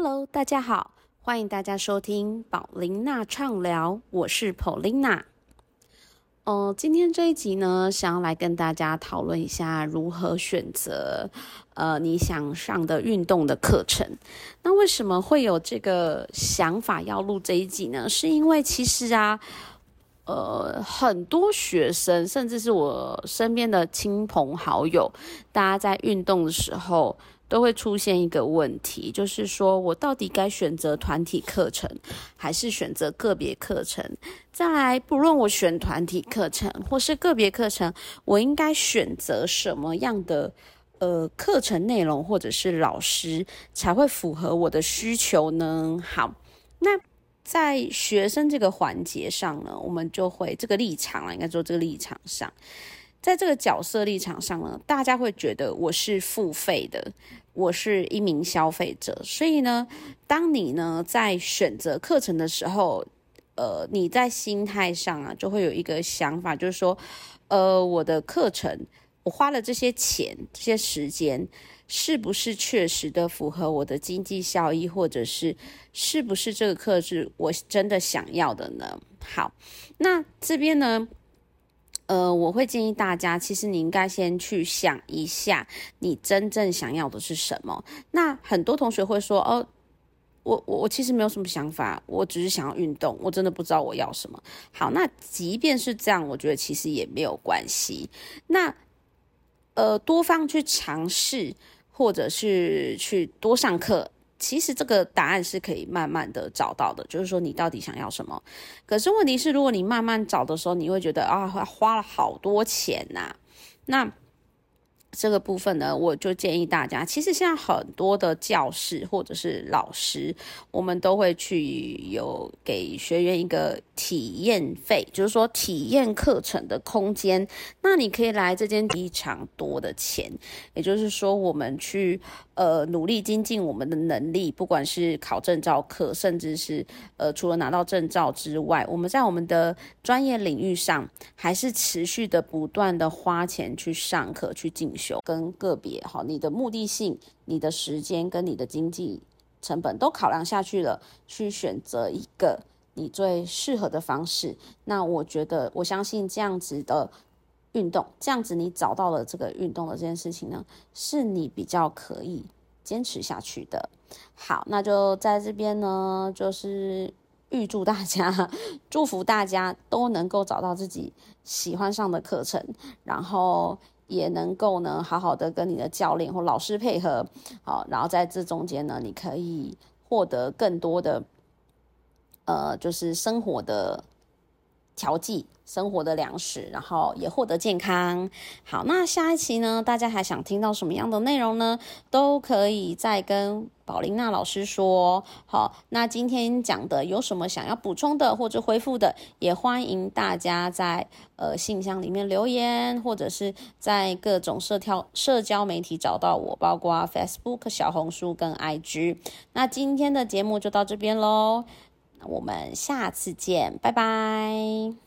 Hello， 大家好，欢迎大家收听宝琳娜畅聊，我是 Paulina。今天这一集呢，想要来跟大家讨论一下如何选择你想上的运动的课程。那为什么会有这个想法要录这一集呢？是因为其实很多学生，甚至是我身边的亲朋好友，大家在运动的时候都会出现一个问题，就是说我到底该选择团体课程还是选择个别课程？再来，不论我选团体课程或是个别课程，我应该选择什么样的课程内容或者是老师才会符合我的需求呢？好，那在学生这个环节上呢，我们就会这个立场啦，应该说这个立场上，在这个角色立场上呢，大家会觉得我是付费的，我是一名消费者，所以呢，当你呢在选择课程的时候，你在心态上啊，就会有一个想法，就是说，我的课程，我花了这些钱、这些时间，是不是确实的符合我的经济效益，或者是不是这个课是我真的想要的呢？好，那这边呢，我会建议大家，其实你应该先去想一下，你真正想要的是什么。那很多同学会说，我其实没有什么想法，我只是想要运动，我真的不知道我要什么。好，那即便是这样，我觉得其实也没有关系。那多方去尝试，或者是去多上课，其实这个答案是可以慢慢的找到的，就是说你到底想要什么。可是问题是，如果你慢慢找的时候，你会觉得花了好多钱啊，那这个部分呢，我就建议大家，其实现在很多的教室或者是老师，我们都会去有给学员一个体验费，就是说体验课程的空间。那你可以来这间非常多的钱，也就是说，我们去努力精进我们的能力，不管是考证照课，甚至是除了拿到证照之外，我们在我们的专业领域上，还是持续的不断的花钱去上课去进修。跟个别你的目的性、你的时间跟你的经济成本都考量下去了，去选择一个你最适合的方式。那我觉得，我相信这样子的运动，这样子你找到了这个运动的这件事情呢，是你比较可以坚持下去的。好，那就在这边呢，就是预祝大家、祝福大家都能够找到自己喜欢上的课程，然后也能够呢好好的跟你的教练或老师配合，好，然后在这中间呢，你可以获得更多的就是生活的调剂，生活的粮食，然后也获得健康。好，那下一期呢，大家还想听到什么样的内容呢？都可以再跟宝琳娜老师说。好，那今天讲的有什么想要补充的或者回复的，也欢迎大家在信箱里面留言，或者是在各种社交媒体找到我，包括 Facebook、小红书跟 IG。那今天的节目就到这边咯，我们下次见，拜拜。